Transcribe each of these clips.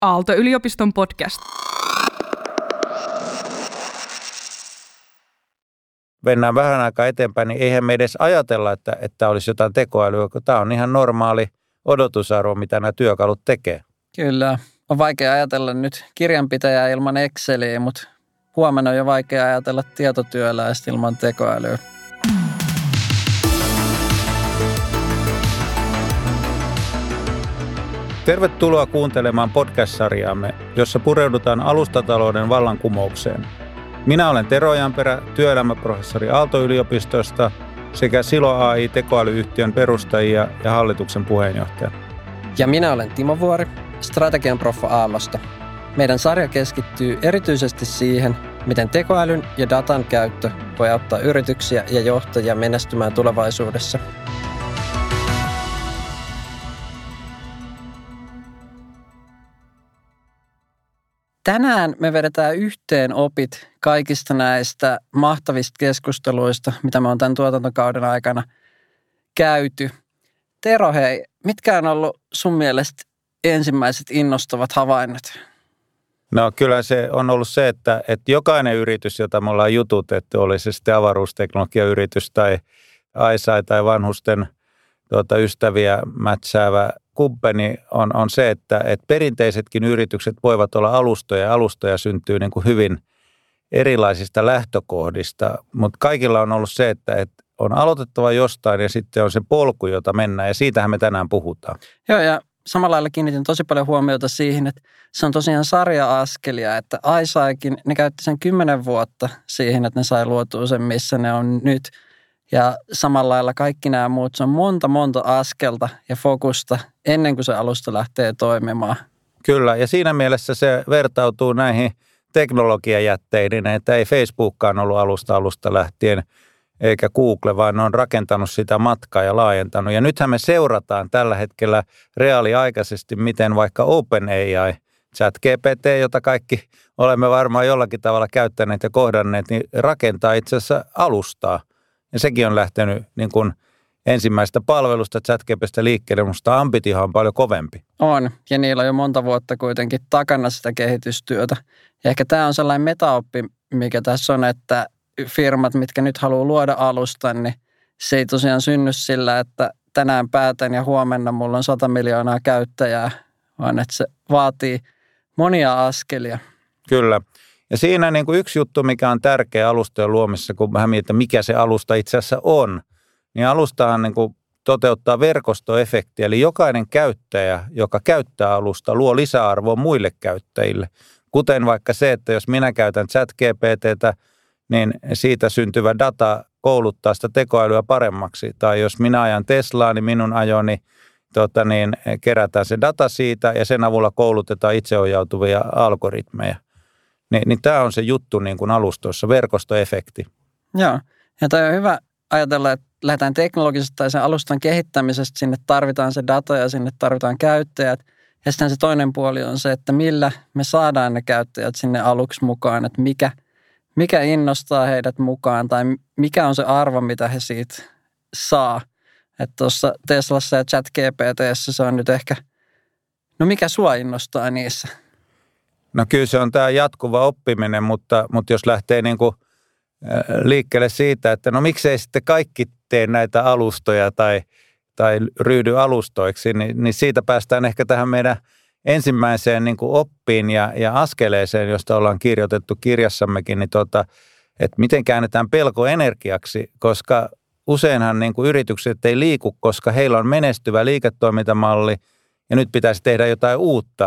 Aalto-yliopiston podcast. Mennään vähän aikaa eteenpäin, niin eihän me edes ajatella, että olisi jotain tekoälyä, kun tämä on ihan normaali odotusarvo, mitä nämä työkalut tekee. Kyllä. On vaikea ajatella nyt kirjanpitäjää ilman Exceliä, mutta huomenna on jo vaikea ajatella tietotyöläistä ilman tekoälyä. Tervetuloa kuuntelemaan podcast-sarjaamme, jossa pureudutaan alustatalouden vallankumoukseen. Minä olen Tero Janperä, työelämäprofessori Aalto-yliopistosta sekä Silo AI-tekoälyyhtiön perustajia ja hallituksen puheenjohtaja. Ja minä olen Timo Vuori, strategian proffa Aallosta. Meidän sarja keskittyy erityisesti siihen, miten tekoälyn ja datan käyttö voi auttaa yrityksiä ja johtajia menestymään tulevaisuudessa. Tänään me vedetään yhteen opit kaikista näistä mahtavista keskusteluista, mitä me on tämän tuotantokauden aikana käyty. Tero, hei, mitkä on ollut sun mielestä ensimmäiset innostavat havainnot? No kyllä se on ollut se, että jokainen yritys, jota me ollaan jututettu, oli se sitten avaruusteknologiayritys tai AISAI tai vanhusten ystäviä mätsäävä kumppani on se, että perinteisetkin yritykset voivat olla alustoja ja alustoja syntyy niin kuin hyvin erilaisista lähtökohdista, mutta kaikilla on ollut se, että on aloitettava jostain ja sitten on se polku, jota mennään ja siitähän me tänään puhutaan. Joo, ja samalla lailla kiinnitin tosi paljon huomiota siihen, että se on tosiaan sarja-askelia, että AISAIkin, ne käytti sen 10 vuotta siihen, että ne sai luotua sen, missä ne on nyt. Ja samalla lailla kaikki nämä muut, se on monta askelta ja fokusta ennen kuin se alusta lähtee toimimaan. Kyllä, ja siinä mielessä se vertautuu näihin teknologiajätteihin, että ei Facebookkaan ollut alusta lähtien, eikä Google, vaan ne on rakentanut sitä matkaa ja laajentanut. Ja nythän me seurataan tällä hetkellä reaaliaikaisesti, miten vaikka OpenAI, ChatGPT, jota kaikki olemme varmaan jollakin tavalla käyttäneet ja kohdanneet, niin rakentaa itse asiassa alustaa. Ja sekin on lähtenyt niin kuin ensimmäistä palvelusta ChatGPT:stä liikkeelle, mutta ambitio on paljon kovempi. On, ja niillä on jo monta vuotta kuitenkin takana sitä kehitystyötä. Ja ehkä tämä on sellainen metaoppi, mikä tässä on, että firmat, mitkä nyt haluaa luoda alustan, niin se ei tosiaan synny sillä, että tänään päätän ja huomenna mulla on 100 miljoonaa käyttäjää, vaan että se vaatii monia askelia. Kyllä. Ja siinä niin kuin yksi juttu, mikä on tärkeä alustojen luomisessa, kun vähän mietin, mikä se alusta itse asiassa on, niin alustahan niin kuin toteuttaa verkostoefektiä. Eli jokainen käyttäjä, joka käyttää alusta, luo lisäarvoa muille käyttäjille. Kuten vaikka se, että jos minä käytän ChatGPT:tä, niin siitä syntyvä data kouluttaa sitä tekoälyä paremmaksi. Tai jos minä ajan Teslaa, niin minun ajoni kerätään se data siitä ja sen avulla koulutetaan itseohjautuvia algoritmeja. Niin tämä on se juttu niin kuin alustoissa, verkostoefekti. Joo, ja tämä on hyvä ajatella, että lähdetään teknologisesta tai sen alustan kehittämisestä, sinne tarvitaan se data ja sinne tarvitaan käyttäjät. Ja sitten se toinen puoli on se, että millä me saadaan ne käyttäjät sinne aluksi mukaan, että mikä innostaa heidät mukaan tai mikä on se arvo, mitä he siitä saa. Että tuossa Teslassa ja ChatGPT:ssä se on nyt ehkä, no mikä sua innostaa niissä? No kyllä se on tämä jatkuva oppiminen, mutta jos lähtee niin kuin liikkeelle siitä, että no miksei sitten kaikki tee näitä alustoja tai ryhdy alustoiksi, niin siitä päästään ehkä tähän meidän ensimmäiseen niin kuin oppiin ja askeleeseen, josta ollaan kirjoitettu kirjassammekin, niin että miten käännetään pelko energiaksi, koska useinhan niin kuin yritykset ei liiku, koska heillä on menestyvä liiketoimintamalli ja nyt pitäisi tehdä jotain uutta.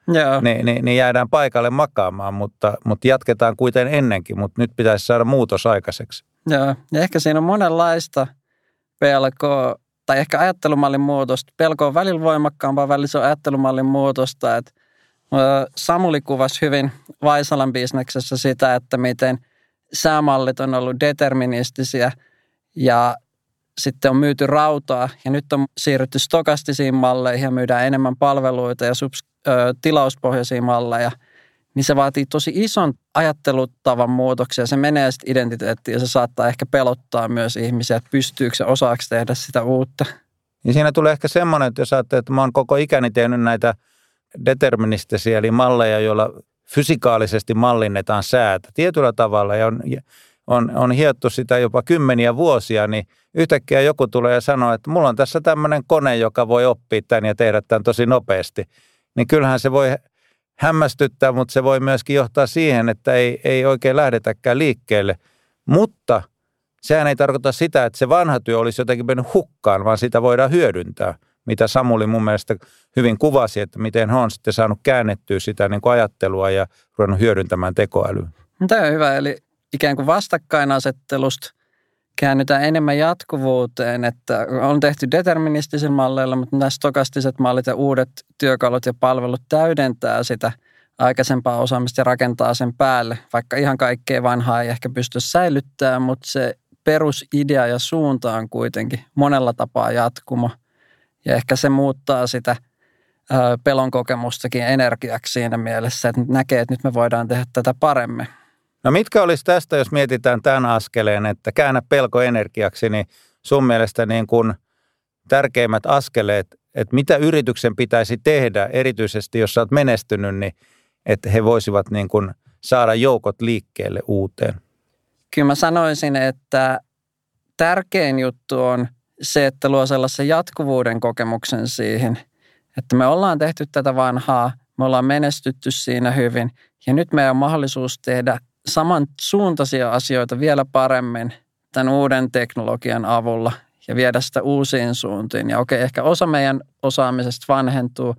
Niin jäädään paikalle makaamaan, mutta jatketaan kuitenkin ennenkin, mutta nyt pitäisi saada muutos aikaiseksi. Joo, ja ehkä siinä on monenlaista pelkoa, tai ehkä ajattelumallin muutosta. Pelko on välillä voimakkaampaa, välillä se on ajattelumallin muutosta. Että Samuli kuvasi hyvin Vaisalan bisneksessä sitä, että miten säämallit on ollut deterministisia ja sitten on myyty rautaa ja nyt on siirrytty stokastisiin malleihin ja myydään enemmän palveluita ja tilauspohjaisia malleja, niin se vaatii tosi ison ajattelutavan muutoksia. Se menee sitten identiteettiin ja se saattaa ehkä pelottaa myös ihmisiä, että pystyykö se osaako tehdä sitä uutta. Ja siinä tulee ehkä semmoinen, että jos ajattelee, että mä oon koko ikäni tehnyt näitä deterministisiä, eli malleja, joilla fysikaalisesti mallinnetaan säätä tietyllä tavalla ja on hiottu sitä jopa kymmeniä vuosia, niin yhtäkkiä joku tulee ja sanoo, että mulla on tässä tämmöinen kone, joka voi oppia tämän ja tehdä tämän tosi nopeasti. Niin kyllähän se voi hämmästyttää, mutta se voi myöskin johtaa siihen, että ei oikein lähdetäkään liikkeelle. Mutta sehän ei tarkoita sitä, että se vanha työ olisi jotenkin mennyt hukkaan, vaan sitä voidaan hyödyntää. Mitä Samuli mun mielestä hyvin kuvasi, että miten hän on sitten saanut käännettyä sitä niin kuin ajattelua ja ruvennut hyödyntämään tekoälyä. Tämä on hyvä, eli ikään kuin vastakkainasettelusta käännytään enemmän jatkuvuuteen, että on tehty deterministisillä malleilla, mutta nämä stokastiset mallit ja uudet työkalut ja palvelut täydentää sitä aikaisempaa osaamista ja rakentaa sen päälle, vaikka ihan kaikkea vanhaa ei ehkä pysty säilyttämään, mutta se perusidea ja suunta on kuitenkin monella tapaa jatkumo. Ja ehkä se muuttaa sitä pelon kokemustakin energiaksi siinä mielessä, että näkee, että nyt me voidaan tehdä tätä paremmin. No mitkä olisi tästä, jos mietitään tämän askeleen, että käännä pelko energiaksi, niin sun mielestä niin kuin tärkeimmät askeleet, että mitä yrityksen pitäisi tehdä, erityisesti jos sä oot menestynyt, niin että he voisivat niin kuin saada joukot liikkeelle uuteen? Kyllä mä sanoisin, että tärkein juttu on se, että luo sellaisen jatkuvuuden kokemuksen siihen, että me ollaan tehty tätä vanhaa, me ollaan menestytty siinä hyvin ja nyt meidän on mahdollisuus tehdä samansuuntaisia asioita vielä paremmin tämän uuden teknologian avulla ja viedä sitä uusiin suuntiin. Ja okei, ehkä osa meidän osaamisesta vanhentuu,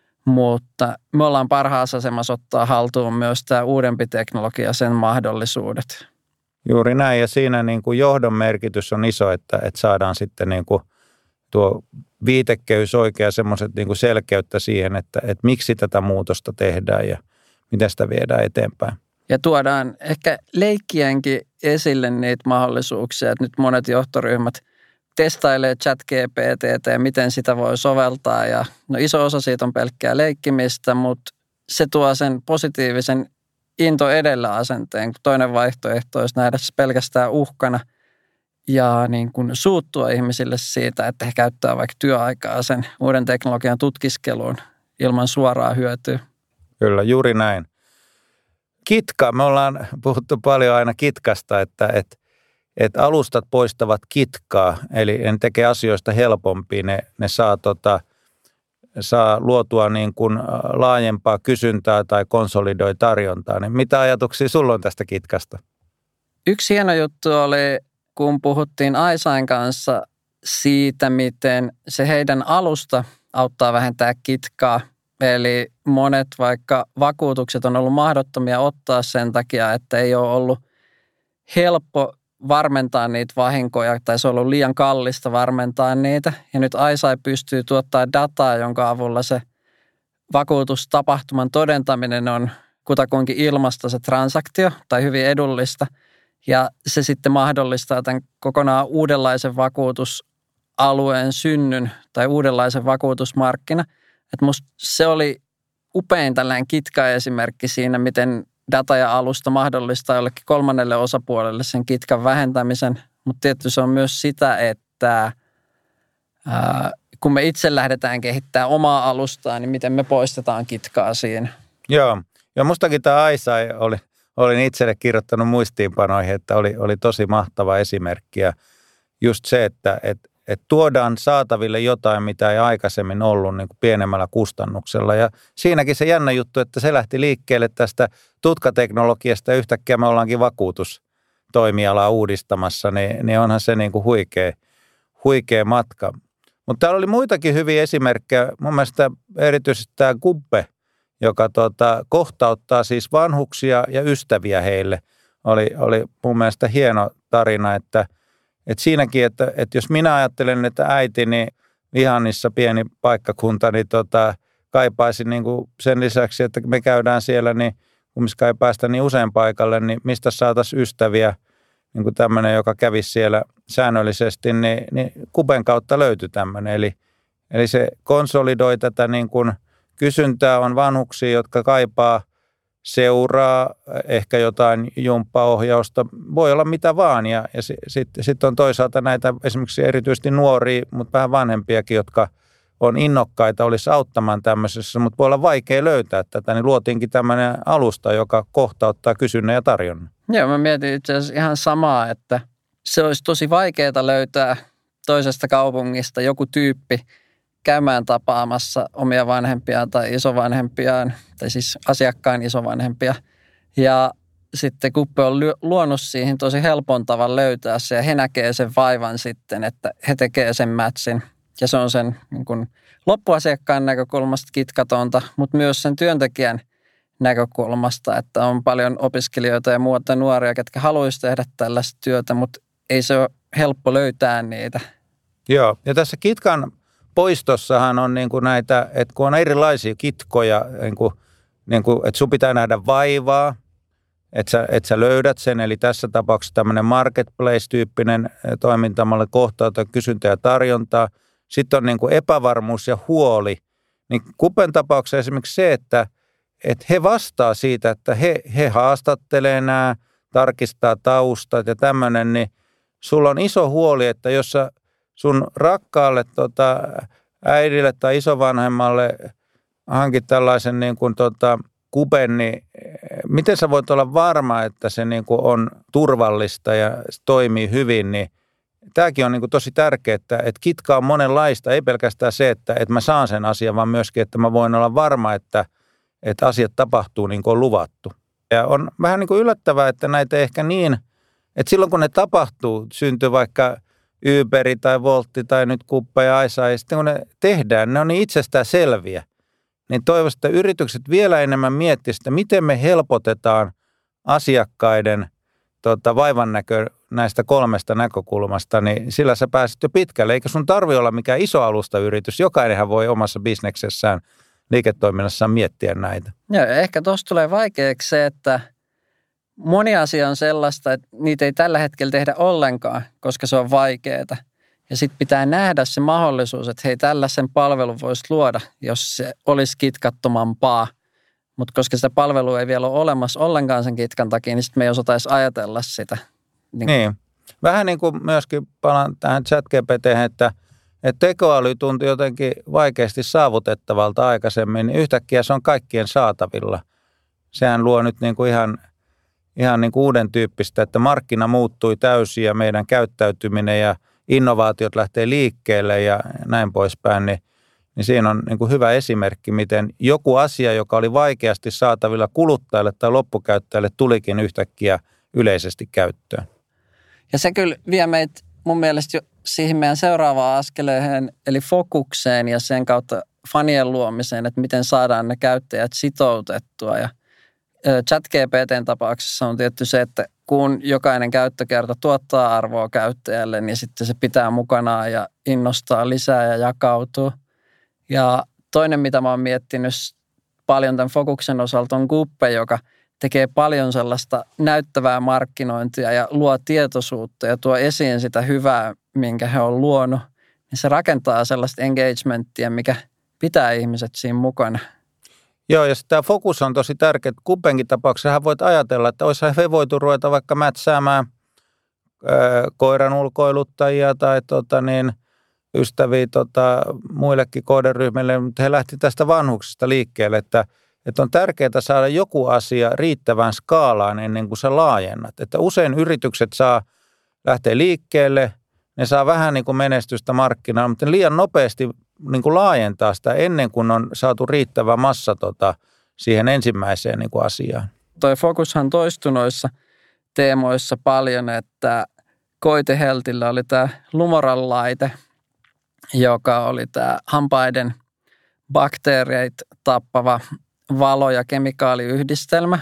mutta me ollaan parhaassa asemassa ottaa haltuun myös tämä uudempi teknologia, sen mahdollisuudet. Juuri näin, ja siinä niin kuin johdon merkitys on iso, että saadaan sitten niin kuin tuo viitekehys oikea semmoiset niin kuin selkeyttä siihen, että miksi tätä muutosta tehdään ja miten sitä viedään eteenpäin. Ja tuodaan ehkä leikkienkin esille niitä mahdollisuuksia, että nyt monet johtoryhmät testailee ChatGPT:tä ja miten sitä voi soveltaa. Ja no iso osa siitä on pelkkää leikkimistä, mutta se tuo sen positiivisen into edellä asenteen, kun toinen vaihtoehto olisi nähdä se pelkästään uhkana ja niin kuin suuttua ihmisille siitä, että he käyttää vaikka työaikaa sen uuden teknologian tutkiskeluun ilman suoraa hyötyä. Kyllä, juuri näin. Kitka, me ollaan puhuttu paljon aina kitkasta, että alustat poistavat kitkaa, eli ne tekee asioista helpompia, ne saa luotua niin kuin laajempaa kysyntää tai konsolidoi tarjontaa. Niin mitä ajatuksia sulla on tästä kitkasta? Yksi hieno juttu oli, kun puhuttiin Aisain kanssa siitä, miten se heidän alusta auttaa vähentää kitkaa. Eli monet vaikka vakuutukset on ollut mahdottomia ottaa sen takia, että ei ole ollut helppo varmentaa niitä vahinkoja tai se on ollut liian kallista varmentaa niitä. Ja nyt Aisai pystyy tuottaa dataa, jonka avulla se vakuutustapahtuman todentaminen on kutakuinkin ilmasta se transaktio tai hyvin edullista. Ja se sitten mahdollistaa tämän kokonaan uudenlaisen vakuutusalueen synnyn tai uudenlaisen vakuutusmarkkina. Että musta se oli upein tällainen kitka-esimerkki siinä, miten data ja alusta mahdollistaa jollekin kolmannelle osapuolelle sen kitkan vähentämisen. Mutta tietysti se on myös sitä, että kun me itse lähdetään kehittämään omaa alustaa, niin miten me poistetaan kitkaa siinä. Joo, ja mustakin tämä Aisai olin itselle kirjoittanut muistiinpanoihin, että oli tosi mahtava esimerkki. Ja just se, että tuodaan saataville jotain, mitä ei aikaisemmin ollut niin kuin pienemmällä kustannuksella. Ja siinäkin se jännä juttu, että se lähti liikkeelle tästä tutkateknologiasta ja yhtäkkiä me ollaankin vakuutustoimialaa uudistamassa, niin onhan se niin kuin huikea matka. Mutta täällä oli muitakin hyviä esimerkkejä. Mun mielestä erityisesti tämä Gubbe, joka kohtauttaa siis vanhuksia ja ystäviä heille, oli mun mielestä hieno tarina, että siinäkin, että jos minä ajattelen, että äitini Vihannissa pieni paikkakunta, niin kaipaisin niin kuin sen lisäksi, että me käydään siellä, niin kumminkaan ei päästä niin usein paikalle, niin mistä saataisiin ystäviä, niin kuin tämmöinen, joka kävisi siellä säännöllisesti, niin Kuben kautta löytyi tämmöinen. Eli se konsolidoi tätä niin kuin kysyntää, on vanhuksia, jotka kaipaa seuraa, ehkä jotain jumppaohjausta, voi olla mitä vaan. Ja sitten on toisaalta näitä esimerkiksi erityisesti nuoria, mutta vähän vanhempiakin, jotka on innokkaita, olisi auttamaan tämmöisessä, mutta voi olla vaikea löytää tätä, niin luotiinkin tämmöinen alusta, joka kohtauttaa kysynnän ja tarjonnan. Joo, mä mietin itse asiassa ihan samaa, että se olisi tosi vaikeaa löytää toisesta kaupungista joku tyyppi käymään tapaamassa omia vanhempiaan tai isovanhempiaan, tai siis asiakkaan isovanhempia. Ja sitten Kuppe on luonut siihen tosi helpon tavan löytää se, ja he näkee sen vaivan sitten, että he tekee sen matchin. Ja se on sen niin kuin loppuasiakkaan näkökulmasta kitkatonta, mutta myös sen työntekijän näkökulmasta, että on paljon opiskelijoita ja muuta nuoria, ketkä haluaisi tehdä tällaista työtä, mutta ei se ole helppo löytää niitä. Joo, ja tässä kitkan poistossahan on niin kuin näitä, että kun on erilaisia kitkoja, että sun pitää nähdä vaivaa, että sä löydät sen, eli tässä tapauksessa tämmöinen marketplace-tyyppinen toimintamalli kohtauttaa kysyntää ja tarjontaa. Sitten on niin kuin epävarmuus ja huoli. Niin Kupen tapauksessa esimerkiksi se, että he vastaa siitä, että he haastattelee nämä, tarkistaa taustat ja tämmöinen, niin sulla on iso huoli, että jos sä sun rakkaalle äidille tai isovanhemmalle hankit tällaisen niin kuin Kupen, niin miten sä voit olla varma, että se niin kuin on turvallista ja toimii hyvin, niin tämäkin on niin kuin tosi tärkeää, että kitka on monenlaista, ei pelkästään se, että mä saan sen asian, vaan myöskin, että mä voin olla varma, että asiat tapahtuu niin kuin on luvattu. Ja on vähän niin kuin yllättävää, että näitä ehkä niin, että silloin kun ne tapahtuu, syntyy vaikka Uberi tai Voltti tai nyt Kuppe ja Aisa, ja sitten kun ne tehdään, ne on niin itsestään selviä. Niin toivoisin, että yritykset vielä enemmän miettisivät, että miten me helpotetaan asiakkaiden vaivannäkö näistä 3 näkökulmasta, niin sillä sä pääset jo pitkälle. Eikä sun tarvitse olla mikään iso alustayritys. Jokainenhan voi omassa bisneksessään, liiketoiminnassaan miettiä näitä. Joo, ehkä tuossa tulee vaikeaksi se, että moni asia on sellaista, että niitä ei tällä hetkellä tehdä ollenkaan, koska se on vaikeaa. Ja sitten pitää nähdä se mahdollisuus, että hei, tällaisen palvelun voisi luoda, jos se olisi kitkattomampaa. Mutta koska sitä palvelua ei vielä ole olemassa ollenkaan sen kitkan takia, niin sitten me ei osattaisi ajatella sitä. Niin. Vähän niin kuin myöskin palaan tähän ChatGPT:hen, että tekoäly tuntui jotenkin vaikeasti saavutettavalta aikaisemmin, niin yhtäkkiä se on kaikkien saatavilla. Sehän luo nyt niin kuin ihan niin kuin uuden tyyppistä, että markkina muuttui täysin ja meidän käyttäytyminen ja innovaatiot lähtee liikkeelle ja näin poispäin, niin siinä on niin kuin hyvä esimerkki, miten joku asia, joka oli vaikeasti saatavilla kuluttajalle tai loppukäyttäjälle, tulikin yhtäkkiä yleisesti käyttöön. Ja se kyllä vie meitä mun mielestä jo siihen meidän seuraavaan askeleen, eli fokukseen ja sen kautta fanien luomiseen, että miten saadaan ne käyttäjät sitoutettua. Ja ChatGPT:n tapauksessa on tietty se, että kun jokainen käyttökerta tuottaa arvoa käyttäjälle, niin sitten se pitää mukanaan ja innostaa lisää ja jakautuu. Ja toinen, mitä mä oon miettinyt paljon tämän fokuksen osalta, on Kuppe, joka tekee paljon sellaista näyttävää markkinointia ja luo tietoisuutta ja tuo esiin sitä hyvää, minkä he on luonut. Niin se rakentaa sellaista engagementtia, mikä pitää ihmiset siinä mukana. Joo, ja tämä fokus on tosi tärkeä. Kupenkin tapauksessa voit ajatella, että olisihan he voitu ruveta vaikka mätsäämään koiran ulkoiluttajia tai ystäviä muillekin kohderyhmille, mutta he lähti tästä vanhuksista liikkeelle, että on tärkeää saada joku asia riittävän skaalaan ennen kuin sä laajennat. Että usein yritykset saa lähteä liikkeelle, ne saa vähän niin kuin menestystä markkinaan, mutta liian nopeasti niin kuin laajentaa sitä ennen kuin on saatu riittävä massa siihen ensimmäiseen niin kuin asiaan. Toi fokushan toistui noissa teemoissa paljon, että Koiteheltillä oli tämä Lumoral-laite, joka oli tämä hampaiden bakteereita tappava valo- ja kemikaaliyhdistelmä,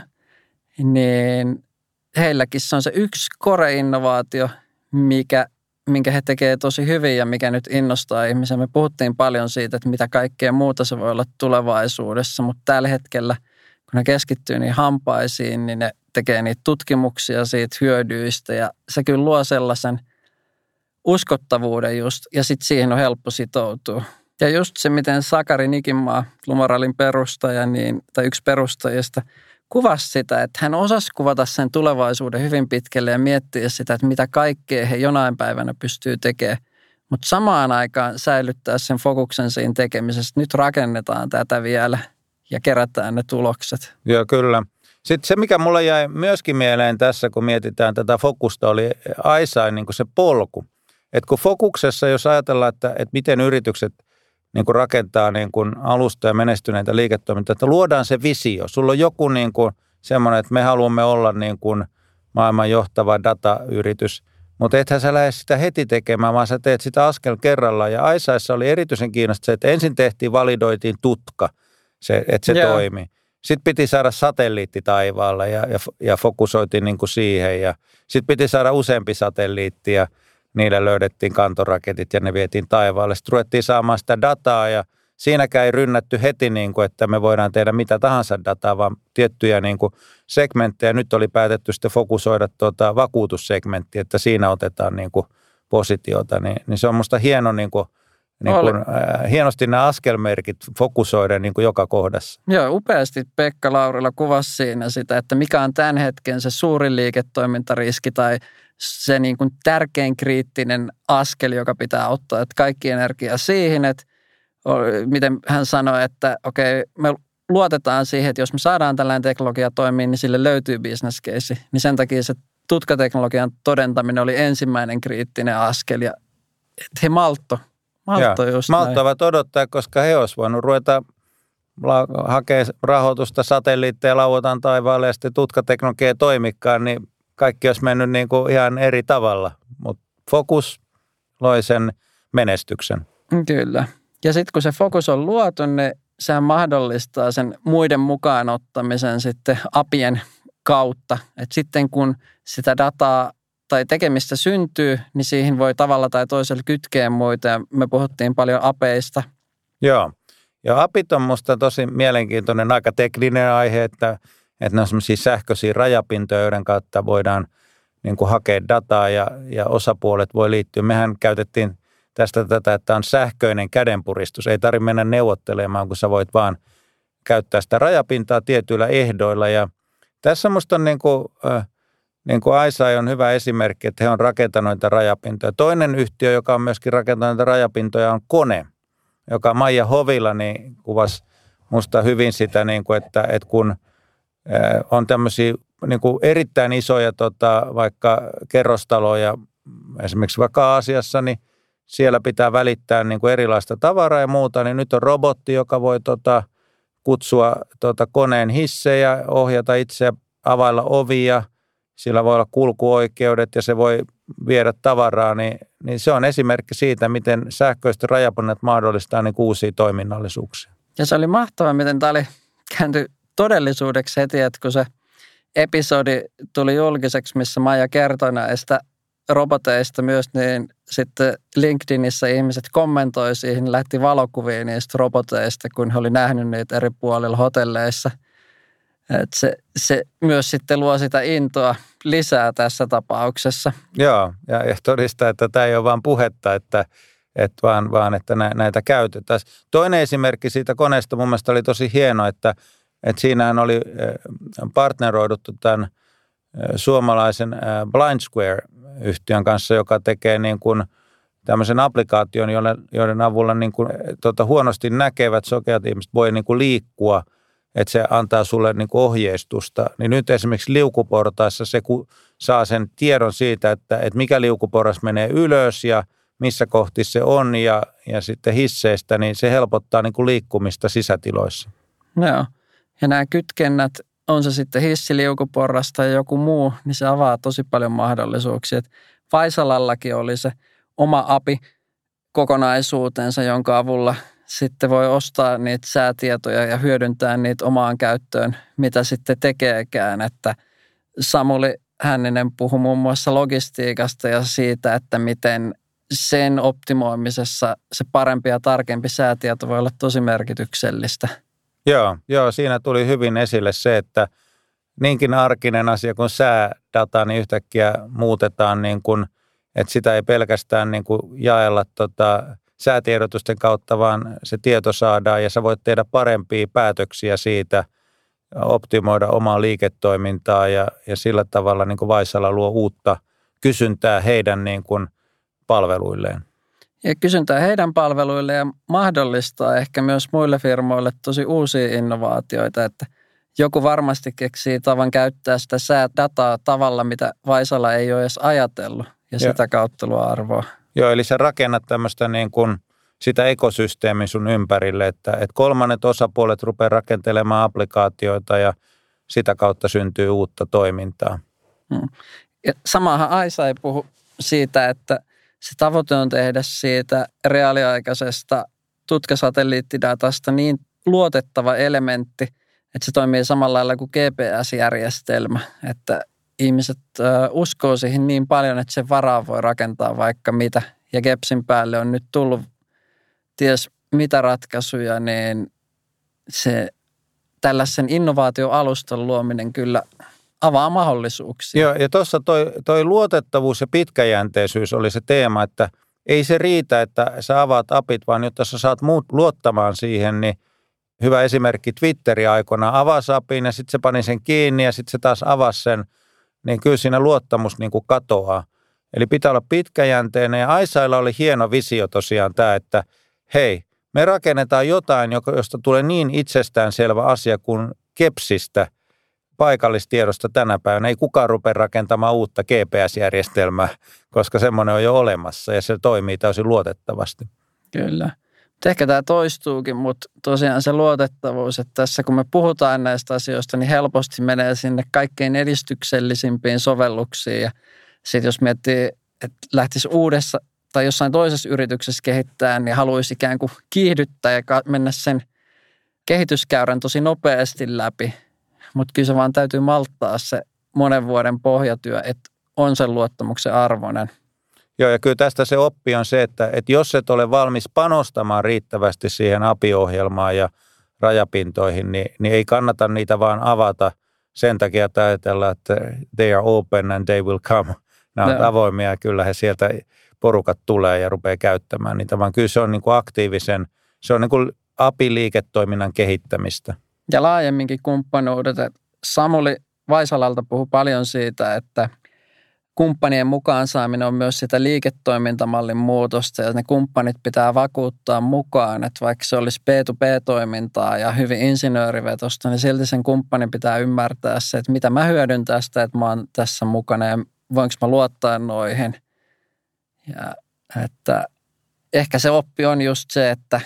niin heilläkin se on se yksi core-innovaatio, minkä he tekevät tosi hyvin ja mikä nyt innostaa ihmisiä. Me puhuttiin paljon siitä, että mitä kaikkea muuta se voi olla tulevaisuudessa, mutta tällä hetkellä, kun ne keskittyy niihin hampaisiin, niin ne tekee niitä tutkimuksia siitä hyödyistä ja se kyllä luo sellaisen uskottavuuden just, ja sitten siihen on helppo sitoutua. Ja just se, miten Sakari Nikinmaa, Lumoralin perustaja, tai yksi perustajista, kuvasi sitä, että hän osasi kuvata sen tulevaisuuden hyvin pitkälle ja miettiä sitä, että mitä kaikkea he jonain päivänä pystyy tekemään mutta samaan aikaan säilyttää sen fokuksen siinä tekemisessä. Nyt rakennetaan tätä vielä ja kerätään ne tulokset. Joo, kyllä. Sitten se, mikä mulle jäi myöskin mieleen tässä, kun mietitään tätä fokusta, oli Aisain niin kuin se polku. Että kun fokuksessa, jos ajatellaan, että miten yritykset niin kuin rakentaa niin kuin alusta ja menestyneitä liiketoimintaa, että luodaan se visio. Sulla on joku niin kuin semmoinen, että me haluamme olla niin kuin maailman johtava datayritys, mutta ethän sä lähde sitä heti tekemään, vaan sä teet sitä askel kerrallaan. Ja Aisaissa oli erityisen kiinnostavaa se, että ensin validoitiin tutka, että se toimi. Sitten piti saada satelliitti taivaalle ja fokusoitiin niin kuin siihen. Ja sitten piti saada useampi satelliitti ja niille löydettiin kantoraketit ja ne vietiin taivaalle. Sitten ruvettiin saamaan sitä dataa ja siinäkään ei rynnätty heti, niin kuin, että me voidaan tehdä mitä tahansa dataa, vaan tiettyjä niin kuin segmenttejä. Nyt oli päätetty sitten fokusoida vakuutussegmenttiä, että siinä otetaan niin kuin positiota. Niin se on musta hieno, hienosti nämä askelmerkit fokusoida niin kuin joka kohdassa. Joo, upeasti Pekka Laurila kuvasi siinä sitä, että mikä on tämän hetken se suurin liiketoimintariski tai se niin kuin tärkein kriittinen askel, joka pitää ottaa, että kaikki energia siihen, että miten hän sanoi, että okei, me luotetaan siihen, että jos me saadaan tällainen teknologia toimimaan, niin sille löytyy business case. Niin sen takia se tutkateknologian todentaminen oli ensimmäinen kriittinen askel ja että he malttoivat odottaa, koska he olisivat voinut ruveta hakea rahoitusta, satelliitteja lauotaan taivaalle ja sitten tutkateknologia toimikaan, niin kaikki olisi mennyt niin kuin ihan eri tavalla, mutta fokus loi sen menestyksen. Kyllä. Ja sitten kun se fokus on luotu, niin sehän mahdollistaa sen muiden mukaan ottamisen sitten apien kautta. Et sitten kun sitä dataa tai tekemistä syntyy, niin siihen voi tavalla tai toisella kytkeä muita. Ja me puhuttiin paljon apeista. Joo. Ja apit on musta tosi mielenkiintoinen, aika tekninen aihe, että ne on sellaisia sähköisiä rajapintoja, joiden kautta voidaan niin kuin hakea dataa ja osapuolet voi liittyä. Mehän käytettiin tätä, että on sähköinen kädenpuristus. Ei tarvitse mennä neuvottelemaan, kun sä voit vaan käyttää sitä rajapintaa tietyillä ehdoilla. Ja tässä musta on niin kuin Aisai on hyvä esimerkki, että he on rakentanut niitä rajapintoja. Toinen yhtiö, joka on myöskin rakentanut niitä rajapintoja, on Kone, joka Maija Hovila niin kuvasi musta hyvin sitä, niin kuin, että kun on tämmöisiä niin kuin erittäin isoja vaikka kerrostaloja, esimerkiksi vaikka Aasiassa, niin siellä pitää välittää niin kuin erilaista tavaraa ja muuta, niin nyt on robotti, joka voi kutsua koneen hissejä, ohjata itse, availla ovia, sillä voi olla kulkuoikeudet ja se voi viedä tavaraa, niin se on esimerkki siitä, miten sähköiset rajapinnat mahdollistaa niin uusia toiminnallisuuksia. Ja se oli mahtavaa, miten tämä oli kääntyi todellisuudeksi heti, että kun se episodi tuli julkiseksi, missä Maija kertoi näistä roboteista myös, niin sitten LinkedInissä ihmiset kommentoi siihen, lähti valokuvia niistä roboteista, kun he oli nähnyt niitä eri puolilla hotelleissa. Että se myös sitten luo sitä intoa lisää tässä tapauksessa. Joo, ja todistaa, että tämä ei ole vain puhetta, vaan että näitä käytetään. Toinen esimerkki siitä koneesta mun mielestä oli tosi hieno, että siinähän oli partneroiduttu tämän suomalaisen Blind Square-yhtiön kanssa, joka tekee niin kuin tämmöisen applikaation, joiden avulla niin kuin, huonosti näkevät sokeat ihmiset voi niin kuin liikkua, että se antaa sulle niin kuin ohjeistusta. Niin nyt esimerkiksi liukuportaissa se saa sen tiedon siitä, että mikä liukuporras menee ylös ja missä kohti se on ja sitten hisseistä, niin se helpottaa niin kuin liikkumista sisätiloissa. Joo, ja nämä kytkennät, on se sitten hissiliukuporras tai joku muu, niin se avaa tosi paljon mahdollisuuksia. Vaisalallakin oli se oma api kokonaisuutensa, jonka avulla sitten voi ostaa niitä säätietoja ja hyödyntää niitä omaan käyttöön, mitä sitten tekeekään. Että Samuli Hänninen puhui muun muassa logistiikasta ja siitä, että miten sen optimoimisessa se parempi ja tarkempi säätieto voi olla tosi merkityksellistä. Joo, siinä tuli hyvin esille se, että niinkin arkinen asia kuin säädata, niin yhtäkkiä muutetaan niin kuin, että sitä ei pelkästään niin kuin jaella säätiedotusten kautta, vaan se tieto saadaan ja sä voit tehdä parempia päätöksiä siitä, optimoida omaa liiketoimintaa ja sillä tavalla niin kuin Vaisala luo uutta kysyntää heidän niin kuin palveluilleen. Ja kysyntää heidän palveluille ja mahdollistaa ehkä myös muille firmoille tosi uusia innovaatioita, että joku varmasti keksii tavan käyttää sitä säädataa tavalla, mitä Vaisala ei ole edes ajatellut ja sitä kautta luo arvoa. Joo, eli sä rakennat tämmöistä niin kuin sitä ekosysteemin sun ympärille, että kolmannet osapuolet rupeaa rakentelemaan applikaatioita ja sitä kautta syntyy uutta toimintaa. Ja samahan Aisa ei puhu siitä, että se tavoite on tehdä siitä reaaliaikaisesta tutkasatelliittidatasta niin luotettava elementti, että se toimii samalla lailla kuin GPS-järjestelmä, että ihmiset uskoo siihen niin paljon, että sen varaan voi rakentaa vaikka mitä. Ja Gepsin päälle on nyt tullut ties mitä ratkaisuja, niin se tällaisen innovaatioalustan luominen kyllä avaa mahdollisuuksia. Joo, ja tuossa toi luotettavuus ja pitkäjänteisyys oli se teema, että ei se riitä, että sä avaat apit, vaan jotta sä saat muut luottamaan siihen, niin hyvä esimerkki Twitteri aikoinaan avasi apin ja sitten se pani sen kiinni ja sitten se taas avasi sen, niin kyllä siinä luottamus niin kuin katoaa. Eli pitää olla pitkäjänteinen ja Aisailla oli hieno visio tosiaan tämä, että hei, me rakennetaan jotain, josta tulee niin itsestäänselvä asia kuin Gepsistä paikallistiedosta tänä päivänä. Ei kukaan rupea rakentamaan uutta GPS-järjestelmää, koska semmoinen on jo olemassa ja se toimii täysin luotettavasti. Kyllä. Ehkä tämä toistuukin, mutta tosiaan se luotettavuus, että tässä kun me puhutaan näistä asioista, niin helposti menee sinne kaikkein edistyksellisimpiin sovelluksiin. Ja sitten jos miettii, että lähtisi uudessa tai jossain toisessa yrityksessä kehittää, niin haluaisi ikään kuin kiihdyttää ja mennä sen kehityskäyrän tosi nopeasti läpi. Mutta kyllä se vaan täytyy malttaa se monen vuoden pohjatyö, että on sen luottamuksen arvoinen. Joo, ja kyllä tästä se oppi on se, että jos et ole valmis panostamaan riittävästi siihen API-ohjelmaan ja rajapintoihin, niin ei kannata niitä vaan avata sen takia, että ajatellaan, että they are open and they will come. Nämä ovat avoimia ja kyllä he sieltä porukat tulee ja rupeaa käyttämään niitä, vaan kyllä se on niin kuin aktiivisen, se on niin kuin API-liiketoiminnan kehittämistä. Ja laajemminkin kumppanuudet. Samuli Vaisalalta puhui paljon siitä, että kumppanien mukaan saaminen on myös sitä liiketoimintamallin muutosta ja ne kumppanit pitää vakuuttaa mukaan, että vaikka se olisi B2B-toimintaa ja hyvin insinöörivetosta, niin silti sen kumppanin pitää ymmärtää se, että mitä mä hyödyn tästä, että mä oon tässä mukana ja voinko mä luottaa noihin. Ja että ehkä se oppi on just se, että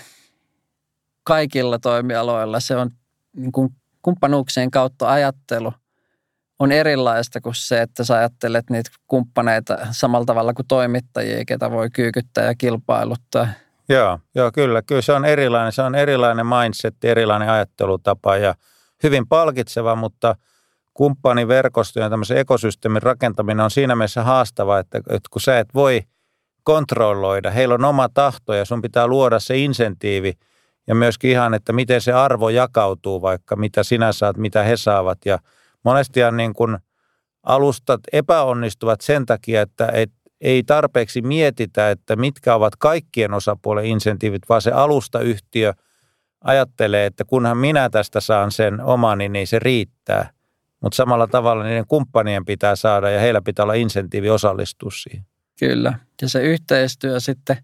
kaikilla toimialoilla se on niin kuin kumppanuuksien kautta ajattelu on erilaista kuin se, että sä ajattelet niitä kumppaneita samalla tavalla kuin toimittajia, ketä voi kyykyttää ja kilpailuttaa. Joo, kyllä se on erilainen mindset, erilainen ajattelutapa ja hyvin palkitseva, mutta kumppaniverkostojen ja tämmöisen ekosysteemin rakentaminen on siinä mielessä haastava, että kun sä et voi kontrolloida, heillä on oma tahto ja sun pitää luoda se insentiivi ja myöskin ihan, että miten se arvo jakautuu, vaikka mitä sinä saat, mitä he saavat ja monestihan niin kuin alustat epäonnistuvat sen takia, että ei tarpeeksi mietitä, että mitkä ovat kaikkien osapuolen insentiivit, vaan se alustayhtiö ajattelee, että kunhan minä tästä saan sen omani, niin se riittää. Mutta samalla tavalla niiden kumppanien pitää saada ja heillä pitää olla insentiivi osallistua siihen. Kyllä. Ja se yhteistyö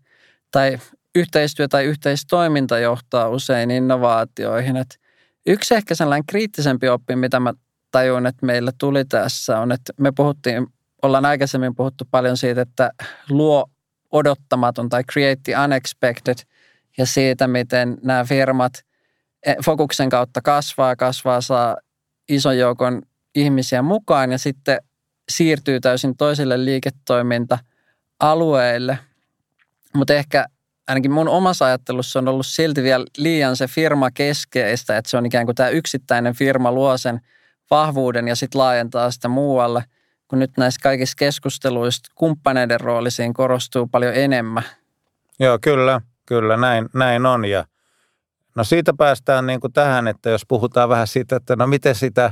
tai yhteistoiminta johtaa usein innovaatioihin. Et yksi ehkä sellainen kriittisempi oppi, mitä mä tajun, että meillä tuli tässä on, että me ollaan aikaisemmin puhuttu paljon siitä, että luo odottamaton tai create the unexpected ja siitä, miten nämä firmat fokuksen kautta kasvaa, saa ison joukon ihmisiä mukaan ja sitten siirtyy täysin toisille liiketoiminta-alueille. Mutta ehkä ainakin mun omassa ajattelussa on ollut silti vielä liian se firma keskeistä, että se on ikään kuin tämä yksittäinen firma luo sen vahvuuden ja sitten laajentaa sitä muualle, kun nyt näissä kaikissa keskusteluissa kumppaneiden rooli siinä korostuu paljon enemmän. Joo, kyllä näin on. Ja no siitä päästään niin kuin tähän, että jos puhutaan vähän siitä, että no miten sitä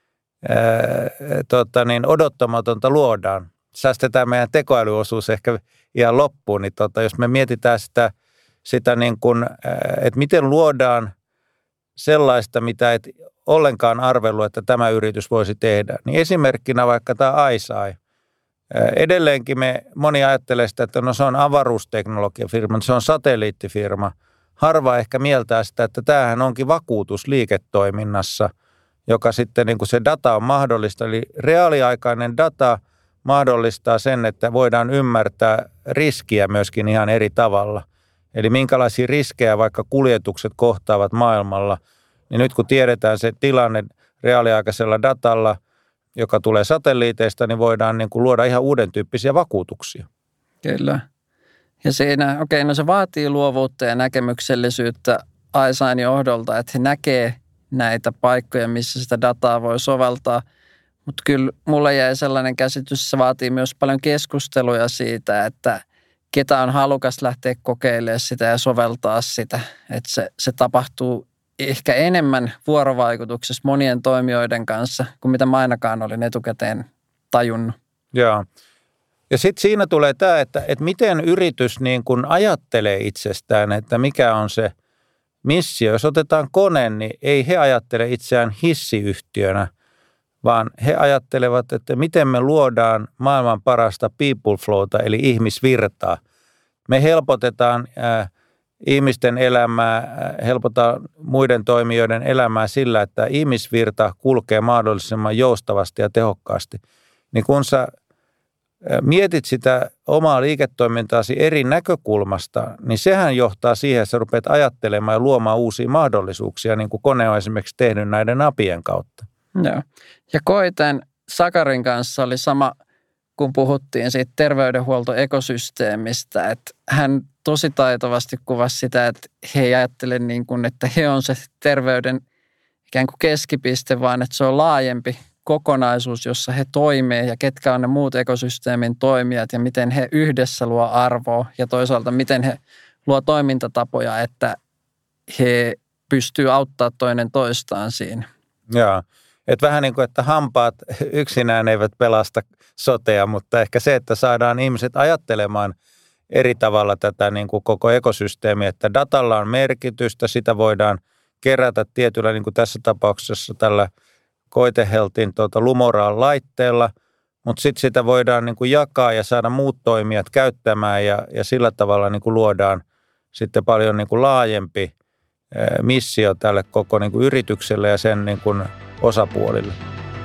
odottamatonta luodaan. Säästetään meidän tekoälyosuus ehkä ihan loppuun, niin jos me mietitään sitä niin kuin, että miten luodaan sellaista, mitä et ollenkaan arvellut, että tämä yritys voisi tehdä. Niin esimerkkinä vaikka tämä Aisai. Edelleenkin moni ajattelee sitä, että no se on avaruusteknologiafirma, se on satelliittifirma. Harva ehkä mieltää sitä, että tämähän onkin vakuutus liiketoiminnassa, joka sitten niin kuin se data on mahdollista. Eli reaaliaikainen data mahdollistaa sen, että voidaan ymmärtää riskiä myöskin ihan eri tavalla. Eli minkälaisia riskejä vaikka kuljetukset kohtaavat maailmalla, niin nyt kun tiedetään se tilanne reaaliaikaisella datalla, joka tulee satelliiteista, niin voidaan niin kuin luoda ihan uuden tyyppisiä vakuutuksia. Kyllä. Ja siinä, no se vaatii luovuutta ja näkemyksellisyyttä ICEYEn johdolta, että he näkee näitä paikkoja, missä sitä dataa voi soveltaa. Mutta kyllä mulle jäi sellainen käsitys, se vaatii myös paljon keskusteluja siitä, että ketä on halukas lähteä kokeilemaan sitä ja soveltaa sitä. Että se tapahtuu ehkä enemmän vuorovaikutuksessa monien toimijoiden kanssa kuin mitä mä ainakaan olin etukäteen tajunnut. Joo. Ja sitten siinä tulee tämä, että miten yritys niin kun ajattelee itsestään, että mikä on se missio. Jos otetaan kone, niin ei he ajattele itseään hissiyhtiönä, vaan he ajattelevat, että miten me luodaan maailman parasta people flowta, eli ihmisvirtaa. Me helpotetaan ihmisten elämää, helpotetaan muiden toimijoiden elämää sillä, että ihmisvirta kulkee mahdollisimman joustavasti ja tehokkaasti. Niin kun sä mietit sitä omaa liiketoimintaasi eri näkökulmasta, niin sehän johtaa siihen, että sä rupeat ajattelemaan ja luomaan uusia mahdollisuuksia, niin kuin kone on esimerkiksi tehnyt näiden apien kautta. Joo. Ja koitan Sakarin kanssa oli sama, kun puhuttiin siitä terveydenhuoltoekosysteemistä, että hän tosi taitavasti kuvasi sitä, että he ei ajattele niin kuin, että he on se terveyden ikään kuin keskipiste, vaan että se on laajempi kokonaisuus, jossa he toimii ja ketkä on ne muut ekosysteemin toimijat ja miten he yhdessä luo arvoa ja toisaalta miten he luo toimintatapoja, että he pystyy auttaa toinen toistaan siinä. Joo, että vähän niin kuin, että hampaat yksinään eivät pelasta sotea, mutta ehkä se, että saadaan ihmiset ajattelemaan eri tavalla tätä niin kuin koko ekosysteemiä, että datalla on merkitystä, sitä voidaan kerätä tietyllä, niin kuin tässä tapauksessa tällä Koiteheltin Lumoraan laitteella, mutta sitten sitä voidaan niin kuin jakaa ja saada muut toimijat käyttämään ja sillä tavalla niin kuin luodaan sitten paljon niin kuin laajempi missio tälle koko niin kuin yritykselle ja sen niin kuin osapuolille.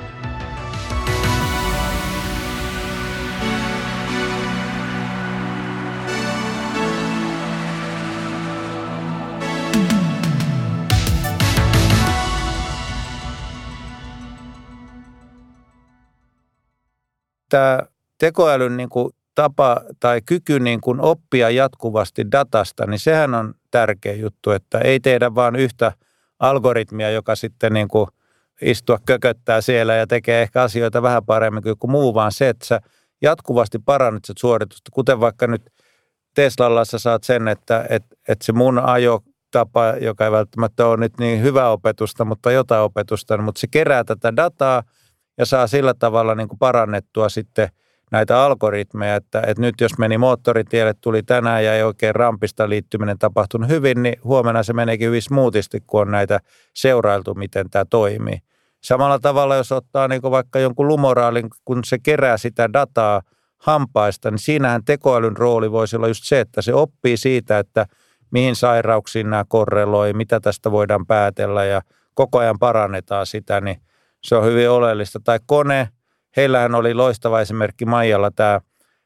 Tämä tekoälyn niin kuin tapa tai kyky niin kuin oppia jatkuvasti datasta, niin sehän on tärkeä juttu, että ei tehdä vaan yhtä algoritmia, joka sitten niin kuin istua kököttää siellä ja tekee ehkä asioita vähän paremmin kuin muu, vaan se, että sä jatkuvasti parannit suoritusta, kuten vaikka nyt Teslalla sä saat sen, että se mun ajotapa, joka ei välttämättä ole nyt niin hyvä opetusta, mutta jotain opetusta, mutta se kerää tätä dataa ja saa sillä tavalla niin kuin parannettua sitten näitä algoritmeja, että nyt jos meni moottoritielle, tuli tänään ja ei oikein rampista liittyminen tapahtunut hyvin, niin huomenna se meneekin hyvin smoothisti, kun on näitä seurailtu, miten tämä toimii. Samalla tavalla, jos ottaa niin kuin vaikka jonkun Lumoraalin, kun se kerää sitä dataa hampaista, niin siinähän tekoälyn rooli voisi olla just se, että se oppii siitä, että mihin sairauksiin nämä korreloi, mitä tästä voidaan päätellä ja koko ajan parannetaan sitä, niin se on hyvin oleellista. Tai kone, heillähän oli loistava esimerkki Maijalla tämä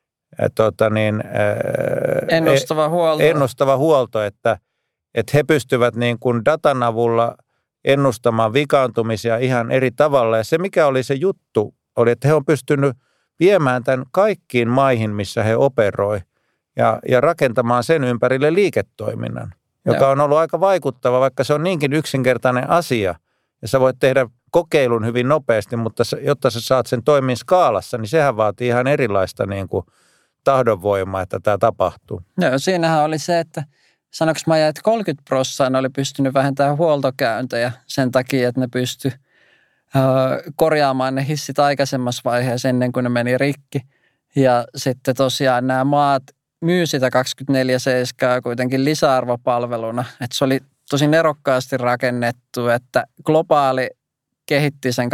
ennustava huolto, että he pystyvät niin kuin datan avulla ennustamaan vikaantumisia ihan eri tavalla. Ja se, mikä oli se juttu, oli, että he on pystynyt viemään tämän kaikkiin maihin, missä he operoi ja rakentamaan sen ympärille liiketoiminnan, joka on ollut aika vaikuttava, vaikka se on niinkin yksinkertainen asia. Ja sä voit tehdä kokeilun hyvin nopeasti, mutta jotta sä saat sen toimin skaalassa, niin sehän vaatii ihan erilaista niin kuin tahdonvoimaa, että tämä tapahtuu. Joo, siinähän oli se, että sanoinko Maija, että 30% oli pystynyt vähentämään huoltokäyntejä sen takia, että ne pystyi korjaamaan ne hissit aikaisemmassa vaiheessa ennen kuin ne meni rikki. Ja sitten tosiaan nämä maat myy sitä 24/7 kuitenkin lisäarvopalveluna, että se oli tosi nerokkaasti rakennettu, että globaali kehitti sen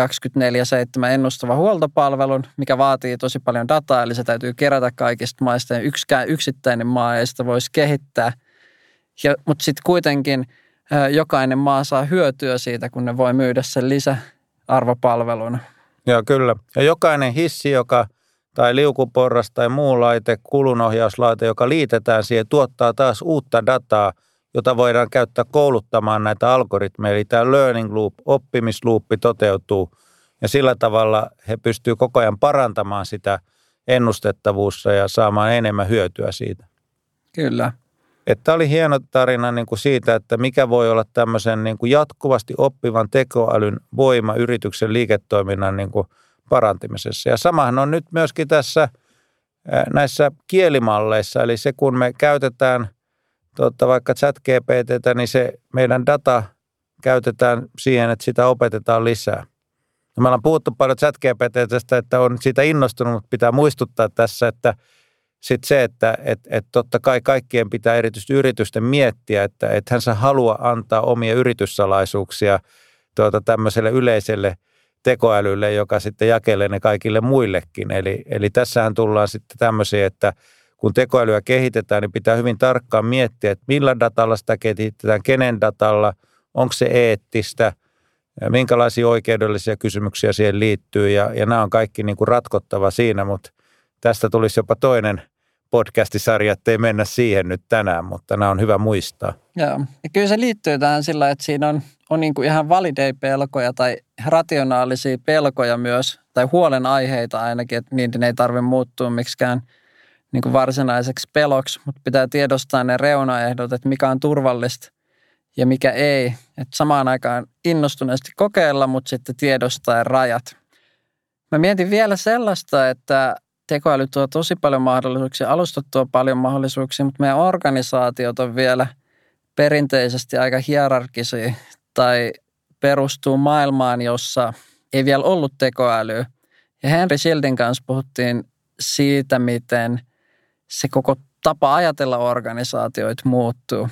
24/7 ennustavan huoltopalvelun, mikä vaatii tosi paljon dataa, eli se täytyy kerätä kaikista maista, ja yksikään yksittäinen maa ei sitä voisi kehittää. Mutta sitten kuitenkin jokainen maa saa hyötyä siitä, kun ne voi myydä sen lisäarvopalveluna. Joo, kyllä. Ja jokainen hissi, tai liukuporras tai muu laite, kulunohjauslaite, joka liitetään siihen, tuottaa taas uutta dataa, jota voidaan käyttää kouluttamaan näitä algoritmeja. Eli tämä learning loop, oppimisluuppi toteutuu ja sillä tavalla he pystyvät koko ajan parantamaan sitä ennustettavuutta ja saamaan enemmän hyötyä siitä. Kyllä. Tämä oli hieno tarina niin kuin siitä, että mikä voi olla tämmöisen niin kuin jatkuvasti oppivan tekoälyn voima yrityksen liiketoiminnan niin kuin parantamisessa. Ja samahan on nyt myöskin tässä näissä kielimalleissa, eli se kun me käytetään vaikka ChatGPT:tä, niin se meidän data käytetään siihen, että sitä opetetaan lisää. Ja me ollaan puhuttu paljon ChatGPT:stä, että on siitä innostunut, mutta pitää muistuttaa tässä, että sitten se, että totta kai kaikkien pitää erityisesti yritysten miettiä, että ethän sä halua antaa omia yrityssalaisuuksia tämmöiselle yleiselle tekoälylle, joka sitten jakelee ne kaikille muillekin. Eli tässähän tullaan sitten tämmöisiä, että kun tekoälyä kehitetään, niin pitää hyvin tarkkaan miettiä, että millä datalla sitä kehitetään, kenen datalla, onko se eettistä, minkälaisia oikeudellisia kysymyksiä siihen liittyy. Ja nämä on kaikki niin kuin ratkottava siinä, mutta tästä tulisi jopa toinen podcastisarja, ettei mennä siihen nyt tänään, mutta nämä on hyvä muistaa. Joo, ja kyllä se liittyy tähän sillä, että siinä on niin kuin ihan valideja pelkoja tai rationaalisia pelkoja myös, tai huolenaiheita ainakin, että niiden ei tarvitse muuttua miksikään niin kuin varsinaiseksi peloksi, mutta pitää tiedostaa ne reunaehdot, että mikä on turvallista ja mikä ei. Että samaan aikaan innostuneesti kokeilla, mutta sitten tiedostaa rajat. Mä mietin vielä sellaista, että tekoäly tuo tosi paljon mahdollisuuksia, alustat tuo paljon mahdollisuuksia, mutta meidän organisaatiot on vielä perinteisesti aika hierarkisia tai perustuu maailmaan, jossa ei vielä ollut tekoälyä. Ja Henry Schildin kanssa puhuttiin siitä, miten se koko tapa ajatella organisaatioita muuttuu.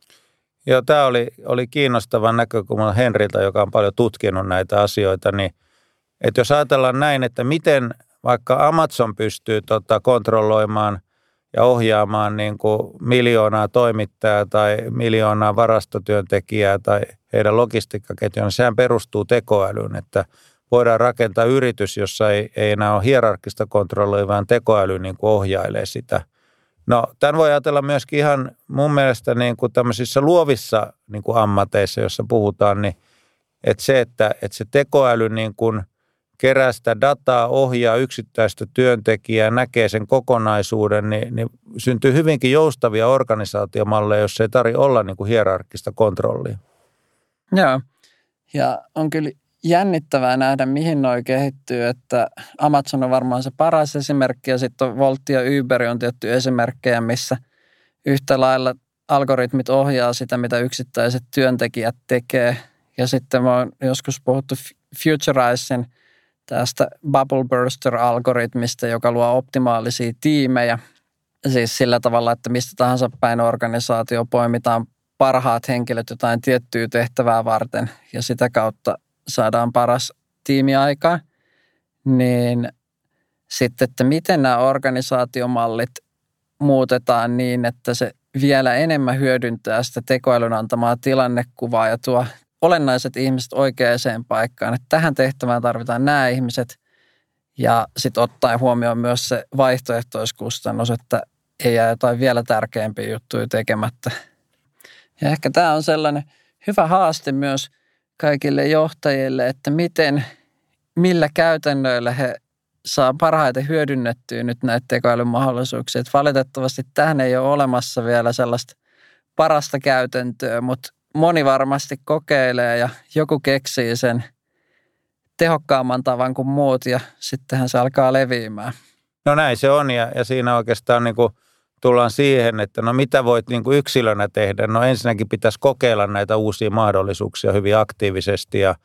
Joo, tämä oli kiinnostava näkökulma Henriltä, joka on paljon tutkinut näitä asioita, niin että jos ajatellaan näin, että miten vaikka Amazon pystyy kontrolloimaan ja ohjaamaan niin kuin 1 miljoonaa toimittajaa tai 1 miljoonaa varastotyöntekijää tai heidän logistiikkaketjunsa, sehän perustuu tekoälyyn, että voidaan rakentaa yritys, jossa ei enää ole hierarkkista kontrollia, vaan tekoäly niin kuin ohjailee sitä. No, tämän voi ajatella myöskin ihan mun mielestä niin kuin tämmöisissä luovissa niin kuin ammateissa, jossa puhutaan, niin että se tekoäly niin kuin kerää sitä dataa, ohjaa yksittäistä työntekijää, näkee sen kokonaisuuden, niin syntyy hyvinkin joustavia organisaatiomalleja, jossa ei tarvitse olla niin kuin hierarkkista kontrollia. Joo, ja on kyllä jännittävää nähdä, mihin noi kehittyy, että Amazon on varmaan se paras esimerkki ja sitten on Volt ja Uber on tietty esimerkkejä, missä yhtä lailla algoritmit ohjaa sitä, mitä yksittäiset työntekijät tekee. Ja sitten mä oon joskus puhuttu Futurizen tästä Bubble Burster-algoritmista, joka luo optimaalisia tiimejä. Siis sillä tavalla, että mistä tahansa päin organisaatio poimitaan parhaat henkilöt jotain tiettyä tehtävää varten ja sitä kautta saadaan paras tiimi aikaan, niin sitten, että miten nämä organisaatiomallit muutetaan niin, että se vielä enemmän hyödyntää sitä tekoälyn antamaa tilannekuvaa ja tuo olennaiset ihmiset oikeaan paikkaan. Että tähän tehtävään tarvitaan nämä ihmiset ja sitten ottaen huomioon myös se vaihtoehtoiskustannus, että ei jää jotain vielä tärkeämpiä juttuja tekemättä. Ja ehkä tämä on sellainen hyvä haaste myös kaikille johtajille, että millä käytännöillä he saa parhaiten hyödynnettyä nyt näitä tekoälyn mahdollisuuksia. Että valitettavasti tähän ei ole olemassa vielä sellaista parasta käytäntöä, mutta moni varmasti kokeilee ja joku keksii sen tehokkaamman tavan kuin muut ja sittenhän se alkaa leviämään. No näin se on ja siinä oikeastaan niin kuin tullaan siihen, että no mitä voit niin kuin yksilönä tehdä. No ensinnäkin pitäisi kokeilla näitä uusia mahdollisuuksia hyvin aktiivisesti ja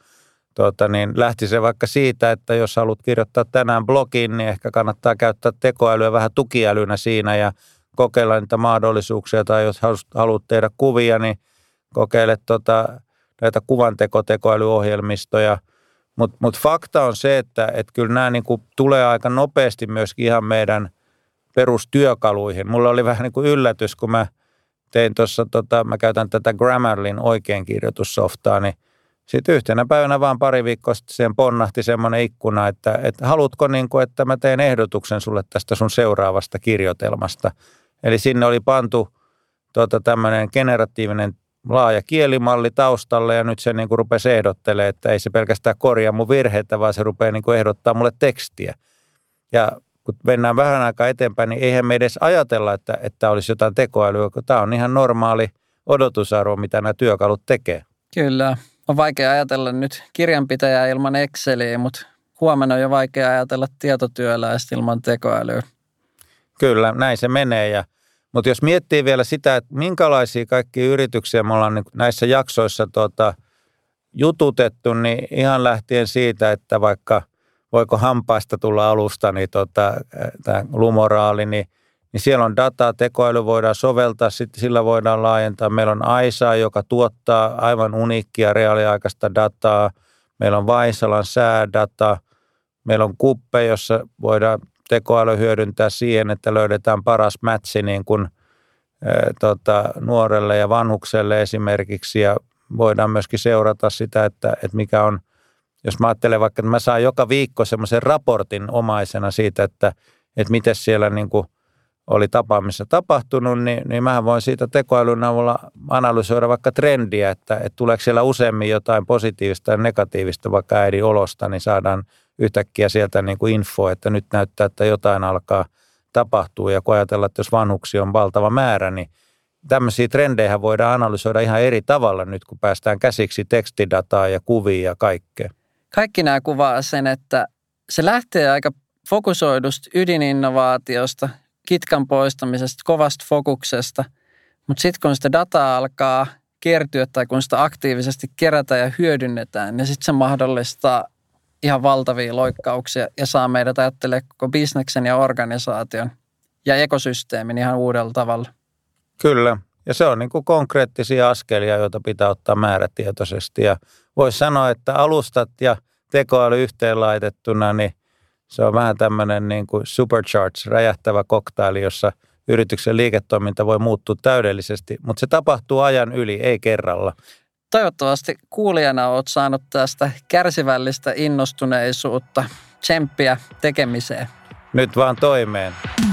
lähti se vaikka siitä, että jos haluat kirjoittaa tänään blogin, niin ehkä kannattaa käyttää tekoälyä vähän tukiälynä siinä ja kokeilla niitä mahdollisuuksia. Tai jos haluat tehdä kuvia, niin kokeile näitä kuvantekotekoälyohjelmistoja. Mutta fakta on se, että kyllä nämä niin kuin tulee aika nopeasti myöskin ihan meidän perustyökaluihin. Mulla oli vähän niin kuin yllätys, kun mä tein tuossa, mä käytän tätä Grammarlyn oikeinkirjoitussoftaa, niin sitten yhtenä päivänä vaan pari viikkoa sitten siihen ponnahti semmoinen ikkuna, että haluatko niin kuin, että mä teen ehdotuksen sulle tästä sun seuraavasta kirjoitelmasta. Eli sinne oli pantu tämmöinen generatiivinen laaja kielimalli taustalle ja nyt se niin kuin rupesi ehdottelemaan, että ei se pelkästään korjaa mun virheitä, vaan se rupeaa niin kuin ehdottaa mulle tekstiä. Ja kun mennään vähän aikaa eteenpäin, niin eihän me edes ajatella, että olisi jotain tekoälyä, kun tämä on ihan normaali odotusarvo, mitä nämä työkalut tekee. Kyllä. On vaikea ajatella nyt kirjanpitäjää ilman Exceliä, mutta huomenna on jo vaikea ajatella tietotyöläistä ilman tekoälyä. Kyllä, näin se menee. Mutta jos miettii vielä sitä, että minkälaisia kaikkia yrityksiä me ollaan näissä jaksoissa jututettu, niin ihan lähtien siitä, että vaikka voiko hampaista tulla alusta, niin tämä Lumoraali, niin siellä on dataa, tekoäly voidaan soveltaa, sitten sillä voidaan laajentaa. Meillä on Aisa, joka tuottaa aivan uniikkia reaaliaikaista dataa. Meillä on Vaisalan säädata. Meillä on Kuppe, jossa voidaan tekoäly hyödyntää siihen, että löydetään paras matchi niin kuin, nuorelle ja vanhukselle esimerkiksi. Ja voidaan myöskin seurata sitä, että mikä on, jos mä ajattelen vaikka, että mä saan joka viikko semmoisen raportin omaisena siitä, että miten siellä niin kuin oli tapaamissa tapahtunut, niin mähän voin siitä tekoälyn avulla analysoida vaikka trendiä, että tuleeko siellä useammin jotain positiivista ja negatiivista vaikka äidin olosta, niin saadaan yhtäkkiä sieltä niin kuin info, että nyt näyttää, että jotain alkaa tapahtua. Ja kun ajatellaan, että jos vanhuksia on valtava määrä, niin tämmöisiä trendejä voidaan analysoida ihan eri tavalla nyt, kun päästään käsiksi tekstidataa ja kuvia ja kaikkea. Kaikki nämä kuvaa sen, että se lähtee aika fokusoidusta ydininnovaatiosta, kitkan poistamisesta, kovasta fokuksesta, mutta sitten kun sitä dataa alkaa kertyä tai kun sitä aktiivisesti kerätään ja hyödynnetään, niin sitten se mahdollistaa ihan valtavia loikkauksia ja saa meidät ajattelemaan koko bisneksen ja organisaation ja ekosysteemin ihan uudella tavalla. Kyllä, ja se on niin kuin konkreettisia askelia, joita pitää ottaa määrätietoisesti. Ja voisi sanoa, että alustat ja tekoäly yhteenlaitettuna, niin se on vähän tämmöinen niin kuin supercharge, räjähtävä koktaili, jossa yrityksen liiketoiminta voi muuttua täydellisesti, mutta se tapahtuu ajan yli, ei kerralla. Toivottavasti kuulijana olet saanut tästä kärsivällistä innostuneisuutta, tsemppiä tekemiseen. Nyt vaan toimeen.